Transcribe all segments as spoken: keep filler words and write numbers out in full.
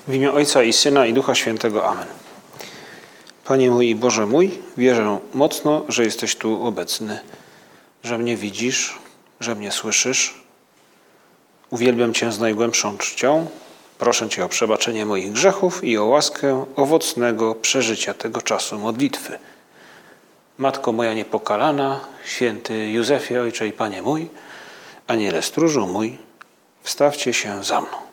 W imię Ojca i Syna i Ducha Świętego. Amen. Panie mój i Boże mój, wierzę mocno, że jesteś tu obecny, że mnie widzisz, że mnie słyszysz. Uwielbiam Cię z najgłębszą czcią. Proszę Cię o przebaczenie moich grzechów i o łaskę owocnego przeżycia tego czasu modlitwy. Matko moja niepokalana, święty Józefie, Ojcze i Panie mój, Aniele stróżu mój, wstawcie się za mną.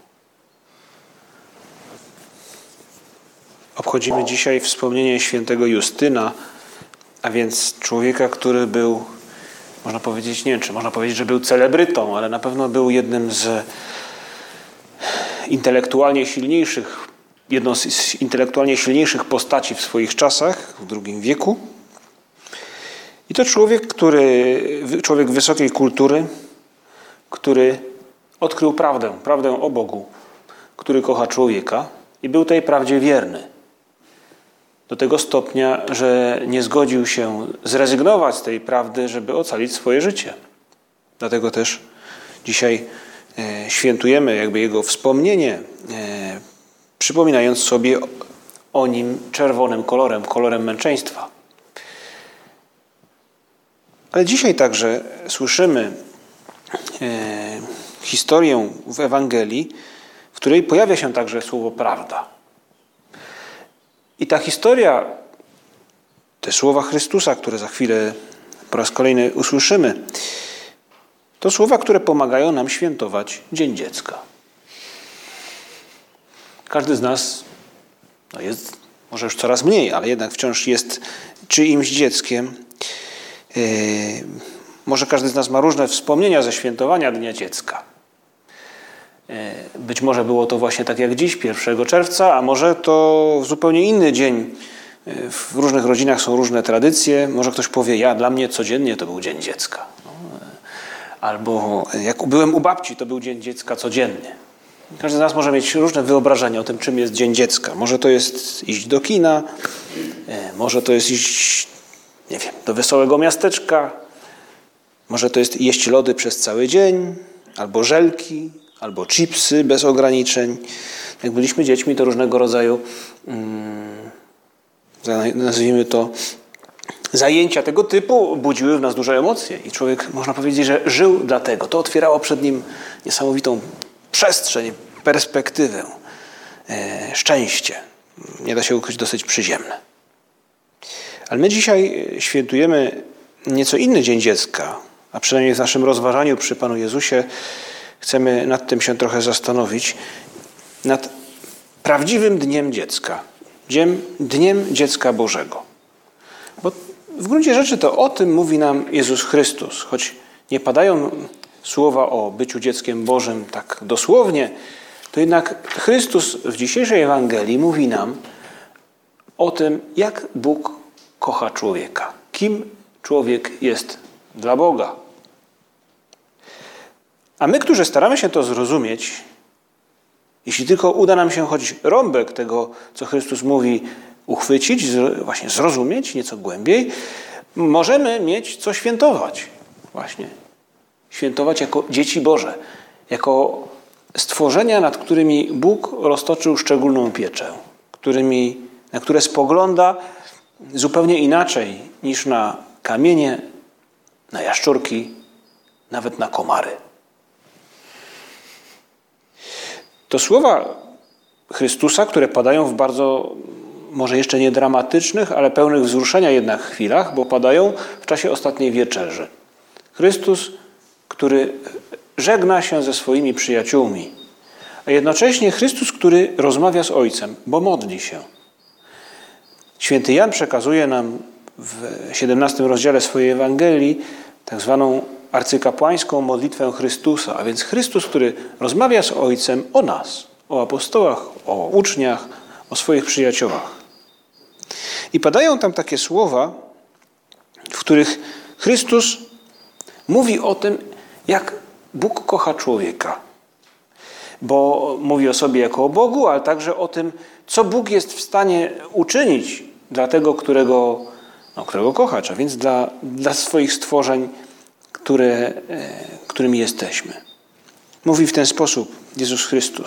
Obchodzimy dzisiaj wspomnienie świętego Justyna, a więc człowieka, który był, można powiedzieć, nie wiem, czy można powiedzieć, że był celebrytą, ale na pewno był jednym z intelektualnie silniejszych, jedną z intelektualnie silniejszych postaci w swoich czasach, w drugim wieku. I to człowiek, który, człowiek wysokiej kultury, który odkrył prawdę, prawdę o Bogu, który kocha człowieka i był tej prawdzie wierny. Do tego stopnia, że nie zgodził się zrezygnować z tej prawdy, żeby ocalić swoje życie. Dlatego też dzisiaj e, świętujemy jakby jego wspomnienie, e, przypominając sobie o nim czerwonym kolorem, kolorem męczeństwa. Ale dzisiaj także słyszymy e, historię w Ewangelii, w której pojawia się także słowo prawda. I ta historia, te słowa Chrystusa, które za chwilę po raz kolejny usłyszymy, to słowa, które pomagają nam świętować Dzień Dziecka. Każdy z nas no jest, może już coraz mniej, ale jednak wciąż jest czyimś dzieckiem. Yy, może każdy z nas ma różne wspomnienia ze świętowania Dnia Dziecka. Być może było to właśnie tak jak dziś, pierwszego czerwca, a może to zupełnie inny dzień. W różnych rodzinach są różne tradycje. Może ktoś powie, ja dla mnie codziennie to był Dzień Dziecka. Albo jak byłem u babci, to był Dzień Dziecka codziennie. Każdy z nas może mieć różne wyobrażenia o tym, czym jest Dzień Dziecka. Może to jest iść do kina, może to jest iść, nie wiem, do wesołego miasteczka, może to jest jeść lody przez cały dzień, albo żelki, albo chipsy bez ograniczeń. Jak byliśmy dziećmi, to różnego rodzaju, hmm, nazwijmy to, zajęcia tego typu budziły w nas duże emocje. I człowiek, można powiedzieć, że żył dla tego. To otwierało przed nim niesamowitą przestrzeń, perspektywę, e, szczęście. Nie da się ukryć, dosyć przyziemne. Ale my dzisiaj świętujemy nieco inny Dzień Dziecka, a przynajmniej w naszym rozważaniu przy Panu Jezusie chcemy nad tym się trochę zastanowić, nad prawdziwym Dniem Dziecka, Dniem, Dniem Dziecka Bożego. Bo w gruncie rzeczy to o tym mówi nam Jezus Chrystus, choć nie padają słowa o byciu dzieckiem Bożym tak dosłownie, to jednak Chrystus w dzisiejszej Ewangelii mówi nam o tym, jak Bóg kocha człowieka, kim człowiek jest dla Boga. A my, którzy staramy się to zrozumieć, jeśli tylko uda nam się choć rąbek tego, co Chrystus mówi, uchwycić, właśnie zrozumieć nieco głębiej, możemy mieć co świętować. Właśnie. Świętować jako dzieci Boże, jako stworzenia, nad którymi Bóg roztoczył szczególną pieczę, którymi, na które spogląda zupełnie inaczej niż na kamienie, na jaszczurki, nawet na komary. To słowa Chrystusa, które padają w bardzo, może jeszcze nie dramatycznych, ale pełnych wzruszenia jednak chwilach, bo padają w czasie ostatniej wieczerzy. Chrystus, który żegna się ze swoimi przyjaciółmi, a jednocześnie Chrystus, który rozmawia z Ojcem, bo modli się. Święty Jan przekazuje nam w siedemnastym rozdziale swojej Ewangelii tak zwaną arcykapłańską modlitwę Chrystusa, a więc Chrystus, który rozmawia z Ojcem o nas, o apostołach, o uczniach, o swoich przyjaciołach. I padają tam takie słowa, w których Chrystus mówi o tym, jak Bóg kocha człowieka. Bo mówi o sobie jako o Bogu, ale także o tym, co Bóg jest w stanie uczynić dla tego, którego, no, którego kocha, a więc dla, dla swoich stworzeń, które, którymi jesteśmy. Mówi w ten sposób Jezus Chrystus,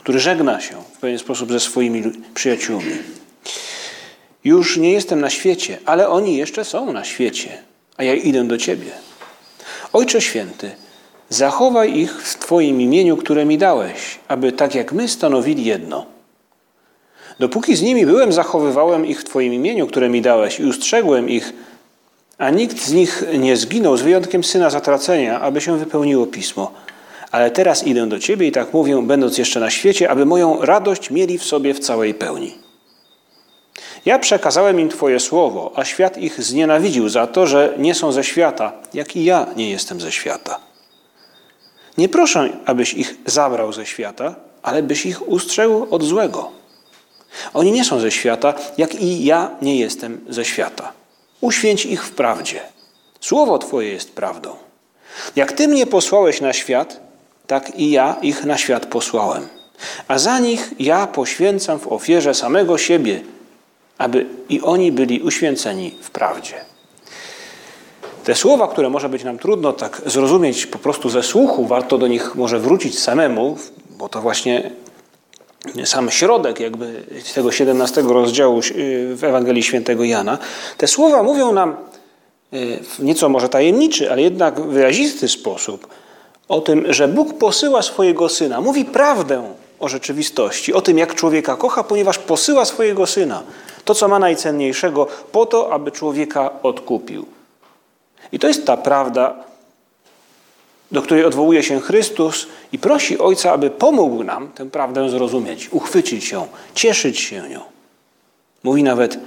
który żegna się w pewien sposób ze swoimi przyjaciółmi. Już nie jestem na świecie, ale oni jeszcze są na świecie, a ja idę do Ciebie. Ojcze Święty, zachowaj ich w Twoim imieniu, które mi dałeś, aby tak jak my stanowili jedno. Dopóki z nimi byłem, zachowywałem ich w Twoim imieniu, które mi dałeś i ustrzegłem ich, a nikt z nich nie zginął z wyjątkiem syna zatracenia, aby się wypełniło pismo. Ale teraz idę do Ciebie i tak mówię, będąc jeszcze na świecie, aby moją radość mieli w sobie w całej pełni. Ja przekazałem im Twoje słowo, a świat ich znienawidził za to, że nie są ze świata, jak i ja nie jestem ze świata. Nie proszę, abyś ich zabrał ze świata, ale byś ich ustrzegł od złego. Oni nie są ze świata, jak i ja nie jestem ze świata. Uświęć ich w prawdzie. Słowo Twoje jest prawdą. Jak Ty mnie posłałeś na świat, tak i ja ich na świat posłałem. A za nich ja poświęcam w ofierze samego siebie, aby i oni byli uświęceni w prawdzie. Te słowa, które może być nam trudno tak zrozumieć po prostu ze słuchu, warto do nich może wrócić samemu, bo to właśnie sam środek jakby tego siedemnastego rozdziału w Ewangelii Świętego Jana. Te słowa mówią nam w nieco może tajemniczy, ale jednak wyrazisty sposób o tym, że Bóg posyła swojego Syna. Mówi prawdę o rzeczywistości, o tym, jak człowieka kocha, ponieważ posyła swojego Syna. To, co ma najcenniejszego, po to, aby człowieka odkupił. I to jest ta prawda, do której odwołuje się Chrystus i prosi Ojca, aby pomógł nam tę prawdę zrozumieć, uchwycić ją, cieszyć się nią. Mówi nawet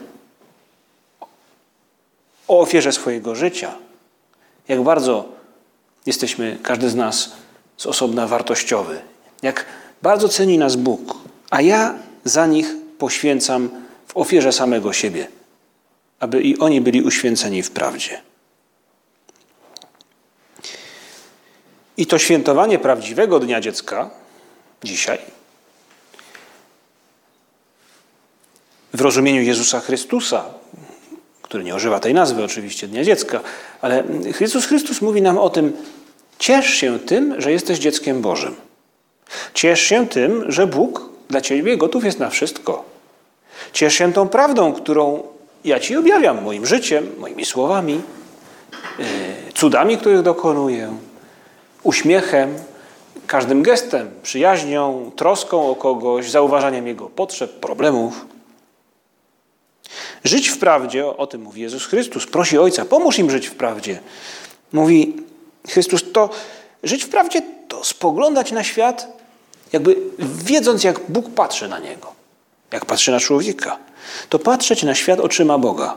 o ofierze swojego życia. Jak bardzo jesteśmy, każdy z nas z osobna wartościowy. Jak bardzo ceni nas Bóg, a ja za nich poświęcam w ofierze samego siebie, aby i oni byli uświęceni w prawdzie. I to świętowanie prawdziwego Dnia Dziecka dzisiaj w rozumieniu Jezusa Chrystusa, który nie używa tej nazwy oczywiście Dnia Dziecka, ale Chrystus Chrystus mówi nam o tym, ciesz się tym, że jesteś dzieckiem Bożym. Ciesz się tym, że Bóg dla Ciebie gotów jest na wszystko. Ciesz się tą prawdą, którą ja Ci objawiam moim życiem, moimi słowami, cudami, których dokonuję, uśmiechem, każdym gestem, przyjaźnią, troską o kogoś, zauważaniem jego potrzeb, problemów. Żyć w prawdzie, o, o tym mówi Jezus Chrystus, prosi Ojca, pomóż im żyć w prawdzie. Mówi Chrystus, to żyć w prawdzie to spoglądać na świat, jakby wiedząc, jak Bóg patrzy na niego, jak patrzy na człowieka. To patrzeć na świat oczyma Boga.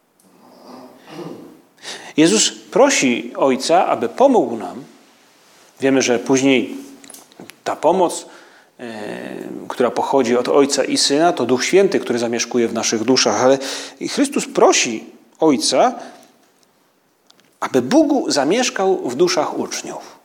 Jezus prosi Ojca, aby pomógł nam. Wiemy, że później ta pomoc, yy, która pochodzi od Ojca i Syna, to Duch Święty, który zamieszkuje w naszych duszach. Ale Chrystus prosi Ojca, aby Bóg zamieszkał w duszach uczniów.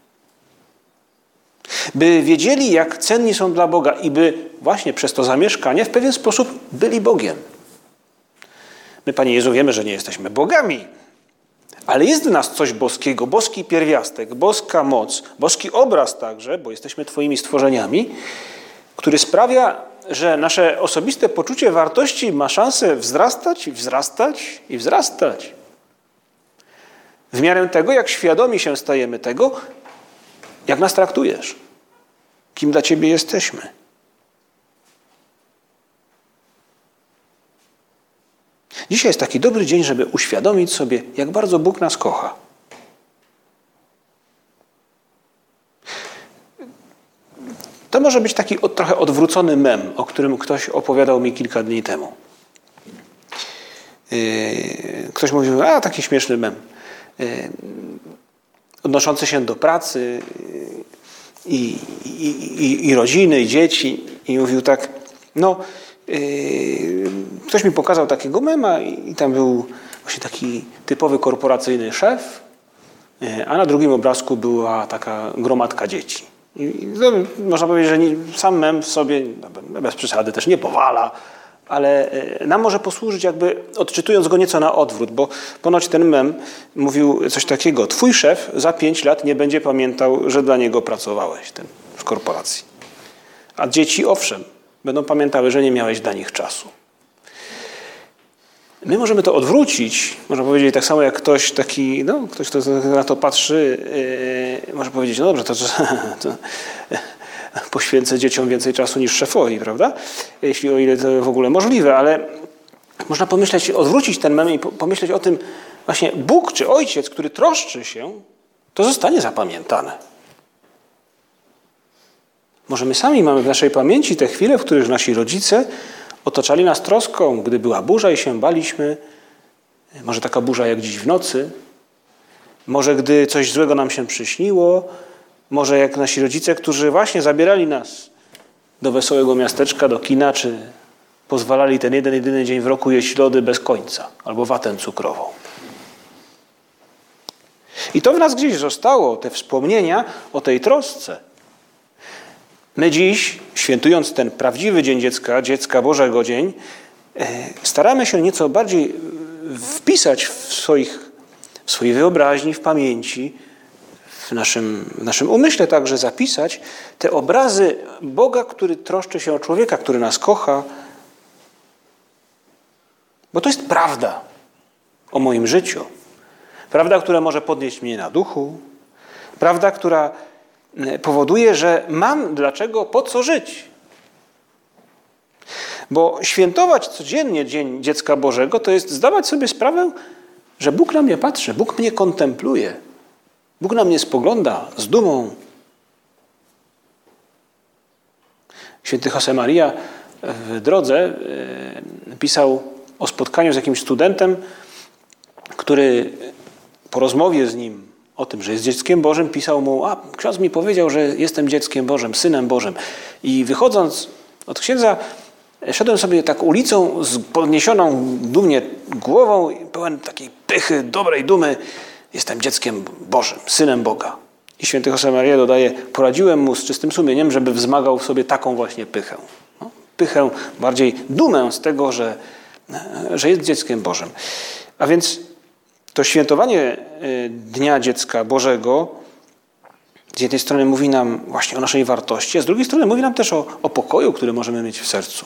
By wiedzieli, jak cenni są dla Boga i by właśnie przez to zamieszkanie w pewien sposób byli Bogiem. My, Panie Jezu, wiemy, że nie jesteśmy bogami, ale jest w nas coś boskiego, boski pierwiastek, boska moc, boski obraz także, bo jesteśmy Twoimi stworzeniami, który sprawia, że nasze osobiste poczucie wartości ma szansę wzrastać i wzrastać i wzrastać. W miarę tego, jak świadomi się stajemy tego, jak nas traktujesz, kim dla Ciebie jesteśmy. Dzisiaj jest taki dobry dzień, żeby uświadomić sobie, jak bardzo Bóg nas kocha. To może być taki od, trochę odwrócony mem, o którym ktoś opowiadał mi kilka dni temu. Yy, ktoś mówił, a taki śmieszny mem. Yy, odnoszący się do pracy i, i, i, i rodziny, i dzieci. I mówił tak, no... Yy, ktoś mi pokazał takiego mema i, i tam był właśnie taki typowy korporacyjny szef, yy, a na drugim obrazku była taka gromadka dzieci. I, i no, można powiedzieć, że nie, sam mem w sobie, no, bez przesady też nie powala, ale yy, nam może posłużyć jakby odczytując go nieco na odwrót, bo ponoć ten mem mówił coś takiego, twój szef za pięć lat nie będzie pamiętał, że dla niego pracowałeś ten, w korporacji. A dzieci, owszem, będą pamiętały, że nie miałeś dla nich czasu. My możemy to odwrócić, można powiedzieć tak samo jak ktoś taki, no ktoś, kto na to patrzy, yy, może powiedzieć, no dobrze, to, to, to poświęcę dzieciom więcej czasu niż szefowi, prawda? Jeśli o ile to w ogóle możliwe, ale można pomyśleć, odwrócić ten mem i pomyśleć o tym, właśnie Bóg czy Ojciec, który troszczy się, to zostanie zapamiętane. Może my sami mamy w naszej pamięci te chwile, w których nasi rodzice otaczali nas troską, gdy była burza i się baliśmy. Może taka burza jak dziś w nocy. Może gdy coś złego nam się przyśniło. Może jak nasi rodzice, którzy właśnie zabierali nas do wesołego miasteczka, do kina, czy pozwalali ten jeden, jedyny dzień w roku jeść lody bez końca albo watę cukrową. I to w nas gdzieś zostało, te wspomnienia o tej trosce. My dziś, świętując ten prawdziwy Dzień Dziecka, Dziecka Bożego Dzień, staramy się nieco bardziej wpisać w, swoich, w swojej wyobraźni, w pamięci, w naszym, w naszym umyśle także zapisać te obrazy Boga, który troszczy się o człowieka, który nas kocha. Bo to jest prawda o moim życiu. Prawda, która może podnieść mnie na duchu. Prawda, która powoduje, że mam dlaczego, po co żyć. Bo świętować codziennie Dzień Dziecka Bożego to jest zdawać sobie sprawę, że Bóg na mnie patrzy, Bóg mnie kontempluje. Bóg na mnie spogląda z dumą. Święty Josemaria w drodze pisał o spotkaniu z jakimś studentem, który po rozmowie z nim o tym, że jest dzieckiem Bożym, pisał mu, a ksiądz mi powiedział, że jestem dzieckiem Bożym, synem Bożym. I wychodząc od księdza, szedłem sobie tak ulicą z podniesioną dumnie głową, pełen takiej pychy, dobrej dumy. Jestem dzieckiem Bożym, synem Boga. I święty Josemaria dodaje, poradziłem mu z czystym sumieniem, żeby wzmagał w sobie taką właśnie pychę. No, pychę, bardziej dumę z tego, że, że jest dzieckiem Bożym. A więc to świętowanie Dnia Dziecka Bożego z jednej strony mówi nam właśnie o naszej wartości, a z drugiej strony mówi nam też o, o pokoju, który możemy mieć w sercu.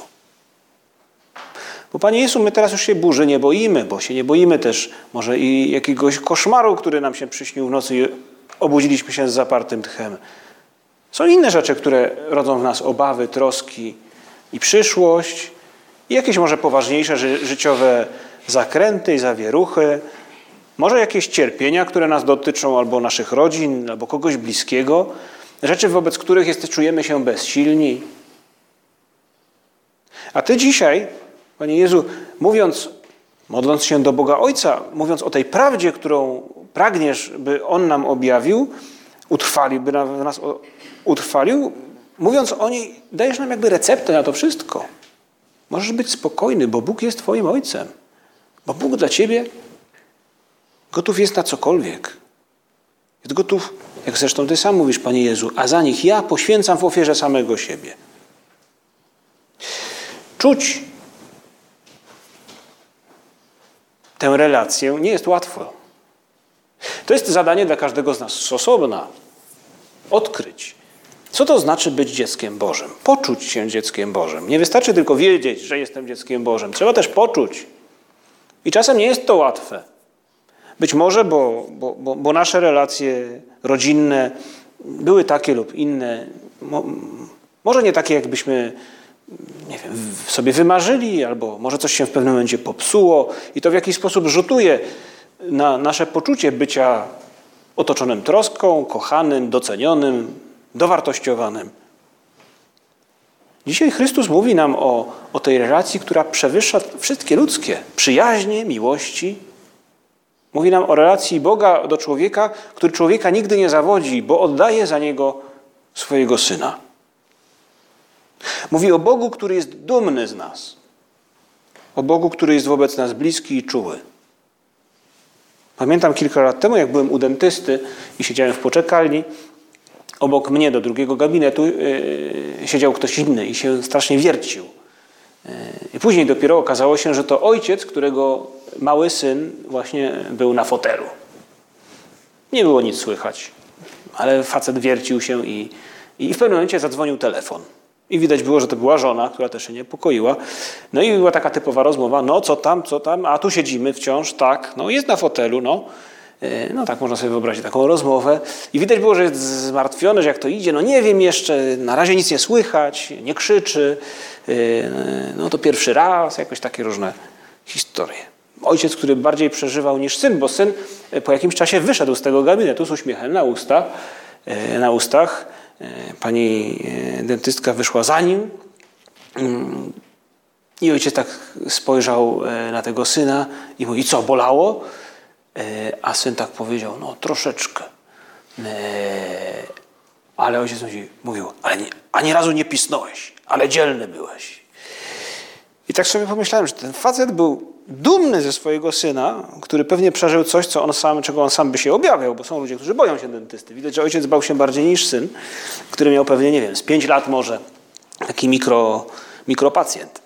Bo Panie Jezu, my teraz już się burzy nie boimy, bo się nie boimy też może i jakiegoś koszmaru, który nam się przyśnił w nocy i obudziliśmy się z zapartym tchem. Są inne rzeczy, które rodzą w nas obawy, troski i przyszłość i jakieś może poważniejsze ży- życiowe zakręty i zawieruchy. Może jakieś cierpienia, które nas dotyczą, albo naszych rodzin, albo kogoś bliskiego. Rzeczy, wobec których jest, czujemy się bezsilni. A Ty dzisiaj, Panie Jezu, mówiąc, modląc się do Boga Ojca, mówiąc o tej prawdzie, którą pragniesz, by On nam objawił, utrwalił, by nas utrwalił, mówiąc o niej, dajesz nam jakby receptę na to wszystko. Możesz być spokojny, bo Bóg jest Twoim Ojcem. Bo Bóg dla Ciebie gotów jest na cokolwiek. Jest gotów, jak zresztą Ty sam mówisz, Panie Jezu, a za nich ja poświęcam w ofierze samego siebie. Czuć tę relację nie jest łatwo. To jest zadanie dla każdego z nas z osobna. Odkryć, co to znaczy być dzieckiem Bożym. Poczuć się dzieckiem Bożym. Nie wystarczy tylko wiedzieć, że jestem dzieckiem Bożym. Trzeba też poczuć. I czasem nie jest to łatwe. Być może, bo, bo, bo, bo nasze relacje rodzinne były takie lub inne. Mo, może nie takie, jakbyśmy nie wiem, sobie wymarzyli, albo może coś się w pewnym momencie popsuło i to w jakiś sposób rzutuje na nasze poczucie bycia otoczonym troską, kochanym, docenionym, dowartościowanym. Dzisiaj Chrystus mówi nam o, o tej relacji, która przewyższa wszystkie ludzkie przyjaźnie, miłości. Mówi nam o relacji Boga do człowieka, który człowieka nigdy nie zawodzi, bo oddaje za niego swojego Syna. Mówi o Bogu, który jest dumny z nas. O Bogu, który jest wobec nas bliski i czuły. Pamiętam kilka lat temu, jak byłem u dentysty i siedziałem w poczekalni, obok mnie do drugiego gabinetu yy, siedział ktoś inny i się strasznie wiercił. Yy, I później dopiero okazało się, że to ojciec, którego mały syn właśnie był na fotelu. Nie było nic słychać, ale facet wiercił się i, i w pewnym momencie zadzwonił telefon. I widać było, że to była żona, która też się niepokoiła. No i była taka typowa rozmowa, no co tam, co tam, a tu siedzimy wciąż, tak, no jest na fotelu, no. No tak można sobie wyobrazić taką rozmowę. I widać było, że jest zmartwiony, że jak to idzie, no nie wiem jeszcze, na razie nic nie słychać, nie krzyczy, no to pierwszy raz, jakoś takie różne historie. Ojciec, który bardziej przeżywał niż syn, bo syn po jakimś czasie wyszedł z tego gabinetu z uśmiechem na ustach, na ustach. Pani dentystka wyszła za nim i ojciec tak spojrzał na tego syna i mówi, co, bolało? A syn tak powiedział, no troszeczkę. Ale ojciec mówił, ale nie, ani razu nie pisnąłeś, ale dzielny byłeś. I tak sobie pomyślałem, że ten facet był dumny ze swojego syna, który pewnie przeżył coś, co on sam, czego on sam by się objawiał, bo są ludzie, którzy boją się dentysty. Widać, że ojciec bał się bardziej niż syn, który miał pewnie, nie wiem, z pięć lat może, taki mikro, mikropacjent.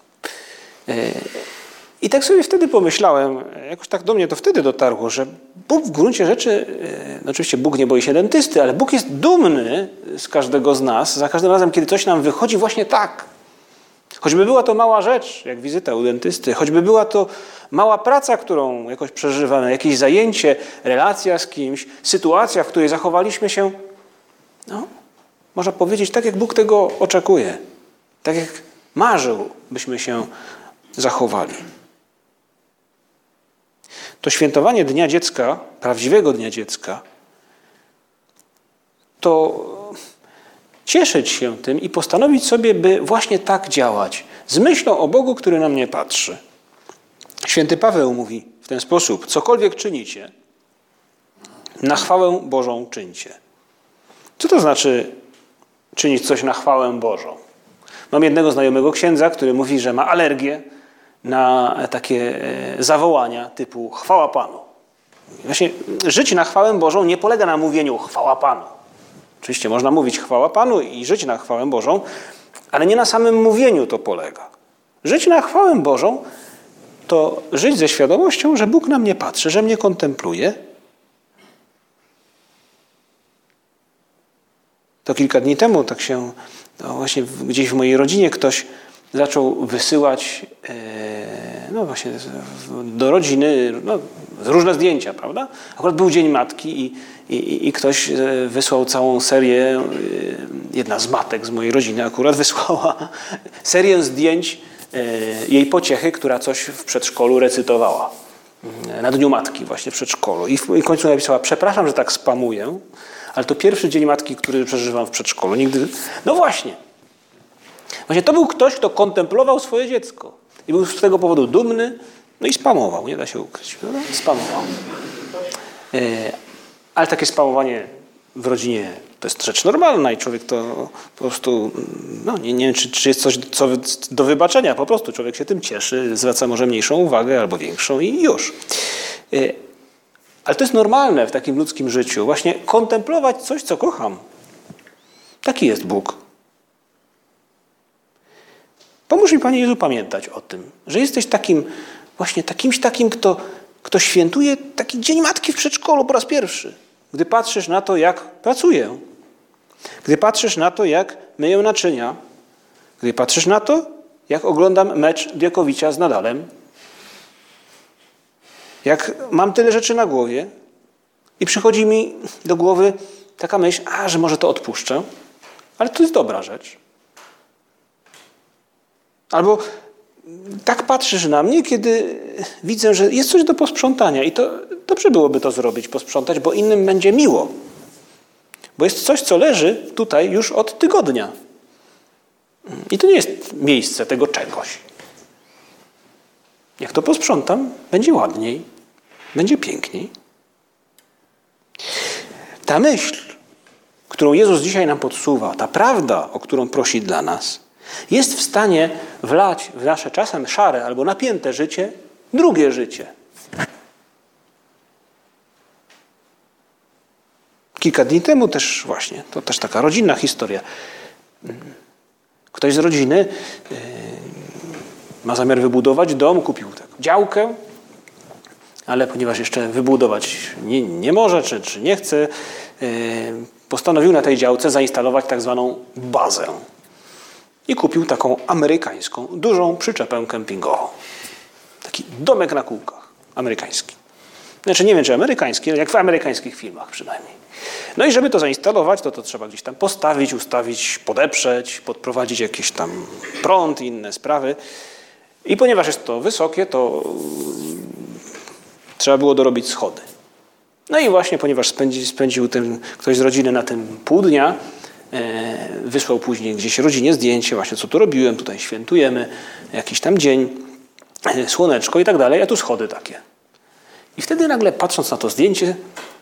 I tak sobie wtedy pomyślałem, jakoś tak do mnie to wtedy dotarło, że Bóg w gruncie rzeczy, no oczywiście Bóg nie boi się dentysty, ale Bóg jest dumny z każdego z nas, za każdym razem, kiedy coś nam wychodzi właśnie tak. Choćby była to mała rzecz, jak wizyta u dentysty, choćby była to mała praca, którą jakoś przeżywamy, jakieś zajęcie, relacja z kimś, sytuacja, w której zachowaliśmy się, no, można powiedzieć, tak jak Bóg tego oczekuje, tak jak marzył, byśmy się zachowali. To świętowanie Dnia Dziecka, prawdziwego Dnia Dziecka, to cieszyć się tym i postanowić sobie, by właśnie tak działać, z myślą o Bogu, który na mnie patrzy. Święty Paweł mówi w ten sposób, cokolwiek czynicie, na chwałę Bożą czyńcie. Co to znaczy czynić coś na chwałę Bożą? Mam jednego znajomego księdza, który mówi, że ma alergię na takie zawołania typu chwała Panu. Właśnie żyć na chwałę Bożą nie polega na mówieniu chwała Panu. Oczywiście można mówić chwała Panu i żyć na chwałę Bożą, ale nie na samym mówieniu to polega. Żyć na chwałę Bożą to żyć ze świadomością, że Bóg na mnie patrzy, że mnie kontempluje. To kilka dni temu tak się, no właśnie gdzieś w mojej rodzinie ktoś zaczął wysyłać no właśnie do rodziny no, różne zdjęcia, prawda? Akurat był Dzień Matki i, i, i ktoś wysłał całą serię, jedna z matek z mojej rodziny akurat wysłała serię zdjęć jej pociechy, która coś w przedszkolu recytowała. Na Dniu Matki właśnie w przedszkolu. I w, i w końcu napisała, przepraszam, że tak spamuję, ale to pierwszy Dzień Matki, który przeżywam w przedszkolu. Nigdy... No właśnie. Właśnie to był ktoś, kto kontemplował swoje dziecko. I był z tego powodu dumny, no i spamował, nie da się ukryć. No, spamował. E, ale takie spamowanie w rodzinie to jest rzecz normalna i człowiek to po prostu, no nie, nie wiem, czy, czy jest coś co do wybaczenia, po prostu człowiek się tym cieszy, zwraca może mniejszą uwagę albo większą i już. E, ale to jest normalne w takim ludzkim życiu, właśnie kontemplować coś, co kocham. Taki jest Bóg. Pomóż mi, Panie Jezu, pamiętać o tym, że jesteś takim, właśnie takimś takim, kto, kto świętuje taki Dzień Matki w przedszkolu po raz pierwszy. Gdy patrzysz na to, jak pracuję, gdy patrzysz na to, jak myję naczynia, gdy patrzysz na to, jak oglądam mecz Djokovicia z Nadalem, jak mam tyle rzeczy na głowie i przychodzi mi do głowy taka myśl, a że może to odpuszczę, ale to jest dobra rzecz. Albo tak patrzysz na mnie, kiedy widzę, że jest coś do posprzątania i to dobrze byłoby to zrobić, posprzątać, bo innym będzie miło. Bo jest coś, co leży tutaj już od tygodnia. I to nie jest miejsce tego czegoś. Jak to posprzątam, będzie ładniej, będzie piękniej. Ta myśl, którą Jezus dzisiaj nam podsuwa, ta prawda, o którą prosi dla nas, jest w stanie wlać w nasze czasem szare albo napięte życie drugie życie. Kilka dni temu też właśnie, to też taka rodzinna historia. Ktoś z rodziny ma zamiar wybudować dom, kupił taką działkę, ale ponieważ jeszcze wybudować nie, nie może, czy, czy nie chce, postanowił na tej działce zainstalować tak zwaną bazę. i kupił taką amerykańską, dużą przyczepę kempingową. Taki domek na kółkach, amerykański. Znaczy nie wiem, czy amerykański, ale jak w amerykańskich filmach przynajmniej. No i żeby to zainstalować, to to trzeba gdzieś tam postawić, ustawić, podeprzeć, podprowadzić jakiś tam prąd i inne sprawy. I ponieważ jest to wysokie, to trzeba było dorobić schody. No i właśnie, ponieważ spędzi, spędził ten, ktoś z rodziny na tym pół dnia, e, wysłał później gdzieś rodzinie zdjęcie, właśnie co tu robiłem, tutaj świętujemy, jakiś tam dzień, e, słoneczko i tak dalej, a tu schody takie. I wtedy nagle, patrząc na to zdjęcie,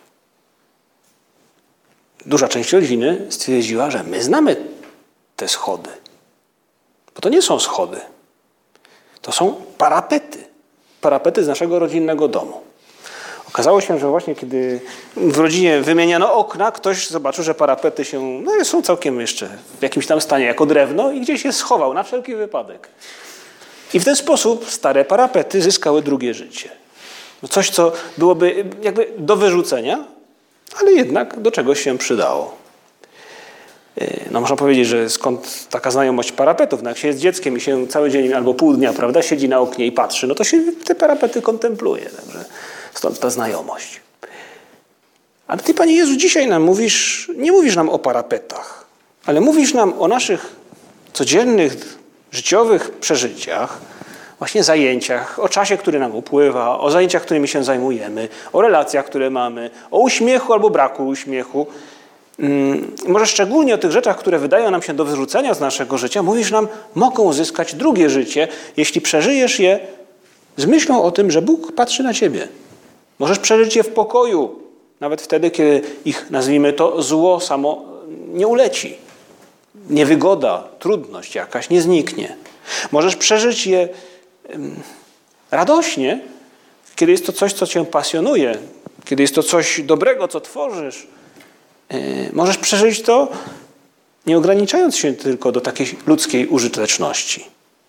duża część rodziny stwierdziła, że my znamy te schody. Bo to nie są schody. To są parapety. Parapety z naszego rodzinnego domu. Okazało się, że właśnie kiedy w rodzinie wymieniano okna, ktoś zobaczył, że parapety się, no, są całkiem jeszcze w jakimś tam stanie jako drewno i gdzieś je schował na wszelki wypadek. I w ten sposób stare parapety zyskały drugie życie. Coś, co byłoby jakby do wyrzucenia, ale jednak do czegoś się przydało. No można powiedzieć, że skąd taka znajomość parapetów? No jak się jest dzieckiem i się cały dzień albo pół dnia, prawda, siedzi na oknie i patrzy, no to się te parapety kontempluje. Także stąd ta znajomość. Ale Ty, Panie Jezu, dzisiaj nam mówisz, nie mówisz nam o parapetach, ale mówisz nam o naszych codziennych, życiowych przeżyciach, właśnie zajęciach, o czasie, który nam upływa, o zajęciach, którymi się zajmujemy, o relacjach, które mamy, o uśmiechu albo braku uśmiechu. Hmm, może szczególnie o tych rzeczach, które wydają nam się do wyrzucenia z naszego życia, mówisz nam, mogą uzyskać drugie życie, jeśli przeżyjesz je z myślą o tym, że Bóg patrzy na ciebie. Możesz przeżyć je w pokoju, nawet wtedy, kiedy ich, nazwijmy to, zło samo nie uleci. Niewygoda, trudność jakaś nie zniknie. Możesz przeżyć je radośnie, kiedy jest to coś, co cię pasjonuje, kiedy jest to coś dobrego, co tworzysz. Możesz przeżyć to, nie ograniczając się tylko do takiej ludzkiej użyteczności.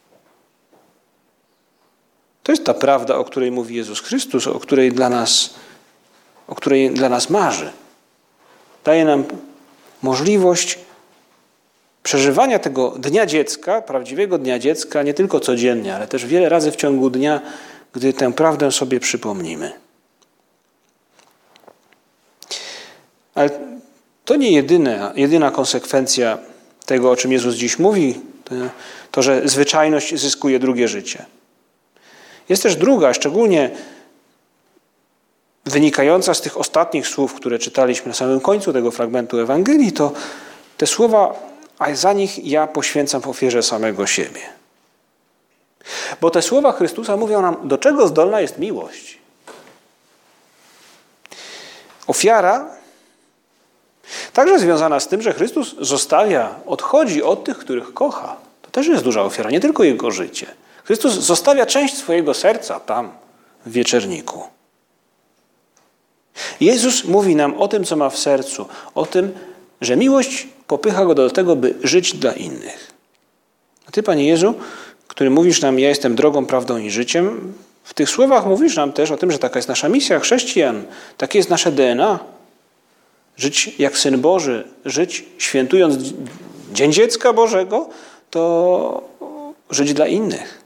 To jest ta prawda, o której mówi Jezus Chrystus, o której dla nas, o której dla nas marzy. Daje nam możliwość przeżywania tego dnia dziecka, prawdziwego dnia dziecka, nie tylko codziennie, ale też wiele razy w ciągu dnia, gdy tę prawdę sobie przypomnimy. Ale to nie jedyna, jedyna konsekwencja tego, o czym Jezus dziś mówi, to, to, że zwyczajność zyskuje drugie życie. Jest też druga, szczególnie wynikająca z tych ostatnich słów, które czytaliśmy na samym końcu tego fragmentu Ewangelii, to te słowa, a za nich ja poświęcam w ofierze samego siebie. Bo te słowa Chrystusa mówią nam, do czego zdolna jest miłość. Ofiara także związana z tym, że Chrystus zostawia, odchodzi od tych, których kocha. To też jest duża ofiara, nie tylko Jego życie. Chrystus zostawia część swojego serca tam, w wieczerniku. Jezus mówi nam o tym, co ma w sercu, o tym, że miłość popycha Go do tego, by żyć dla innych. A Ty, Panie Jezu, który mówisz nam, ja jestem drogą, prawdą i życiem, w tych słowach mówisz nam też o tym, że taka jest nasza misja chrześcijan, takie jest nasze D N A. Żyć jak Syn Boży, żyć świętując Dzień Dziecka Bożego, to żyć dla innych.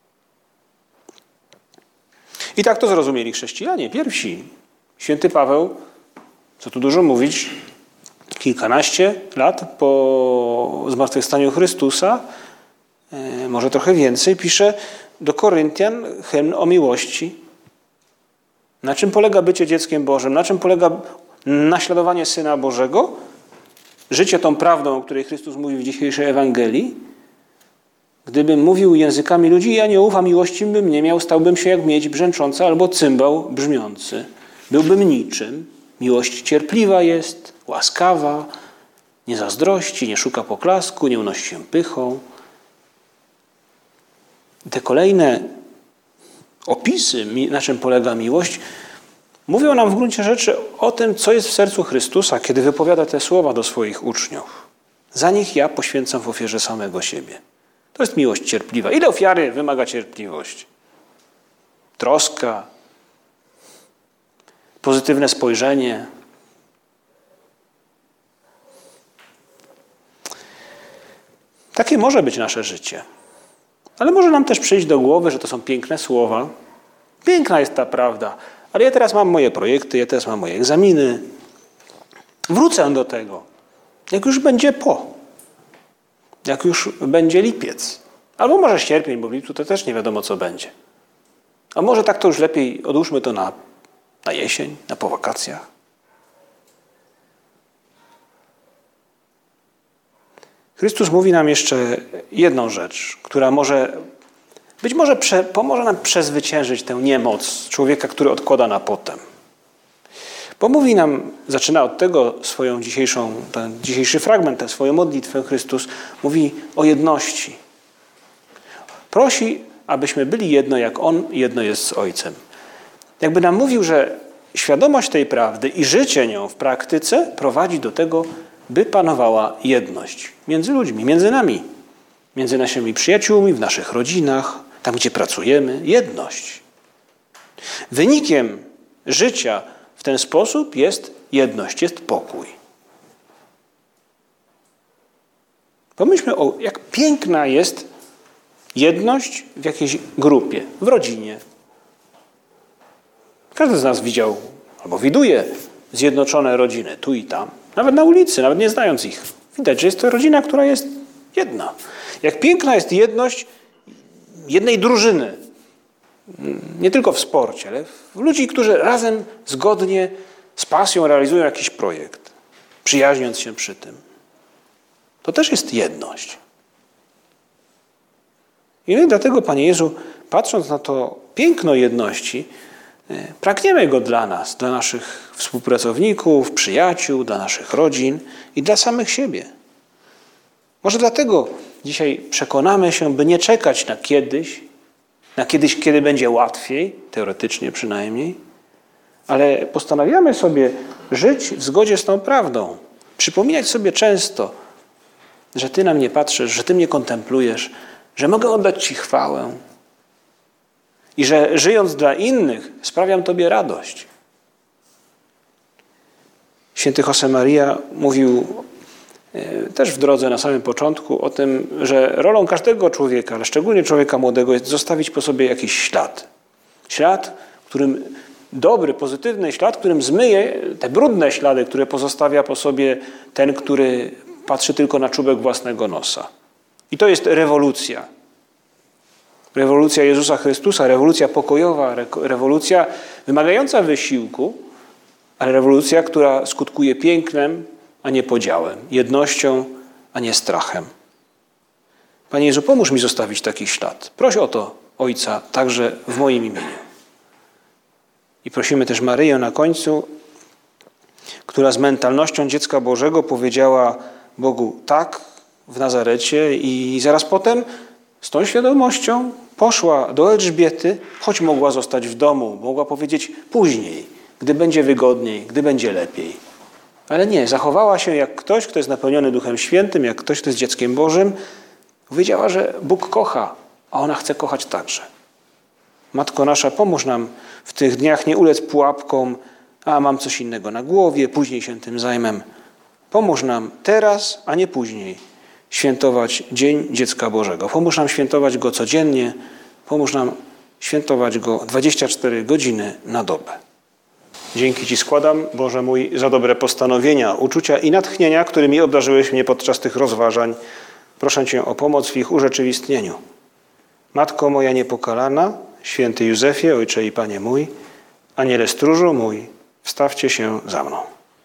I tak to zrozumieli chrześcijanie, pierwsi. Święty Paweł, co tu dużo mówić, kilkanaście lat po zmartwychwstaniu Chrystusa, może trochę więcej, pisze do Koryntian hymn o miłości. Na czym polega bycie dzieckiem Bożym? Na czym polega naśladowanie Syna Bożego? Życie tą prawdą, o której Chrystus mówi w dzisiejszej Ewangelii. Gdybym mówił językami ludzi i aniołów, a miłości bym nie miał, stałbym się jak miedź brzęcząca albo cymbał brzmiący. Byłbym niczym. Miłość cierpliwa jest, łaskawa, nie zazdrości, nie szuka poklasku, nie unosi się pychą. Te kolejne opisy, na czym polega miłość, mówią nam w gruncie rzeczy o tym, co jest w sercu Chrystusa, kiedy wypowiada te słowa do swoich uczniów. Za nich ja poświęcam w ofierze samego siebie. To jest miłość cierpliwa. Ile ofiary wymaga cierpliwość? Troska, pozytywne spojrzenie. Takie może być nasze życie. Ale może nam też przyjść do głowy, że to są piękne słowa. Piękna jest ta prawda. Ale ja teraz mam moje projekty, ja teraz mam moje egzaminy. Wrócę do tego. Jak już będzie po. Jak już będzie lipiec. Albo może sierpień, bo w lipcu to też nie wiadomo, co będzie. A może tak to już lepiej odłóżmy to na, na jesień, na po wakacjach. Chrystus mówi nam jeszcze jedną rzecz, która może, być może prze, pomoże nam przezwyciężyć tę niemoc człowieka, który odkłada na potem. Bo mówi nam, zaczyna od tego swoją dzisiejszą, ten dzisiejszy fragment, tę swoją modlitwę Chrystus, mówi o jedności. Prosi, abyśmy byli jedno, jak On jedno jest z Ojcem. Jakby nam mówił, że świadomość tej prawdy i życie nią w praktyce prowadzi do tego, by panowała jedność między ludźmi, między nami, między naszymi przyjaciółmi, w naszych rodzinach, tam gdzie pracujemy. Jedność. Wynikiem życia w ten sposób jest jedność, jest pokój. Pomyślmy, o, jak piękna jest jedność w jakiejś grupie, w rodzinie. Każdy z nas widział albo widuje zjednoczone rodziny tu i tam. Nawet na ulicy, nawet nie znając ich. Widać, że jest to rodzina, która jest jedna. Jak piękna jest jedność jednej drużyny. Nie tylko w sporcie, ale w ludzi, którzy razem, zgodnie, z pasją realizują jakiś projekt. Przyjaźniąc się przy tym. To też jest jedność. I dlatego, Panie Jezu, patrząc na to piękno jedności, pragniemy go dla nas, dla naszych współpracowników, przyjaciół, dla naszych rodzin i dla samych siebie. Może dlatego dzisiaj przekonamy się, by nie czekać na kiedyś, na kiedyś, kiedy będzie łatwiej, teoretycznie przynajmniej, ale postanawiamy sobie żyć w zgodzie z tą prawdą. Przypominać sobie często, że Ty na mnie patrzysz, że Ty mnie kontemplujesz, że mogę oddać Ci chwałę i że żyjąc dla innych sprawiam Tobie radość. Święty Josemaria mówił też w drodze na samym początku o tym, że rolą każdego człowieka, ale szczególnie człowieka młodego, jest zostawić po sobie jakiś ślad. Ślad, którym dobry, pozytywny ślad, którym zmyje te brudne ślady, które pozostawia po sobie ten, który patrzy tylko na czubek własnego nosa. I to jest rewolucja. Rewolucja Jezusa Chrystusa, rewolucja pokojowa, rewolucja wymagająca wysiłku, ale rewolucja, która skutkuje pięknem, a nie podziałem, jednością, a nie strachem. Panie Jezu, pomóż mi zostawić taki ślad. Proś o to Ojca także w moim imieniu. I prosimy też Maryję na końcu, która z mentalnością dziecka Bożego powiedziała Bogu tak w Nazarecie i zaraz potem z tą świadomością poszła do Elżbiety, choć mogła zostać w domu, mogła powiedzieć później, gdy będzie wygodniej, gdy będzie lepiej. Ale nie, zachowała się jak ktoś, kto jest napełniony Duchem Świętym, jak ktoś, kto jest dzieckiem Bożym. Wiedziała, że Bóg kocha, a ona chce kochać także. Matko nasza, pomóż nam w tych dniach nie ulec pułapkom, a mam coś innego na głowie, później się tym zajmę. Pomóż nam teraz, a nie później świętować Dzień Dziecka Bożego. Pomóż nam świętować Go codziennie, pomóż nam świętować Go dwadzieścia cztery godziny na dobę. Dzięki Ci składam, Boże mój, za dobre postanowienia, uczucia i natchnienia, którymi obdarzyłeś mnie podczas tych rozważań. Proszę Cię o pomoc w ich urzeczywistnieniu. Matko moja niepokalana, święty Józefie, Ojcze i Panie mój, Aniele stróżu mój, wstawcie się za mną.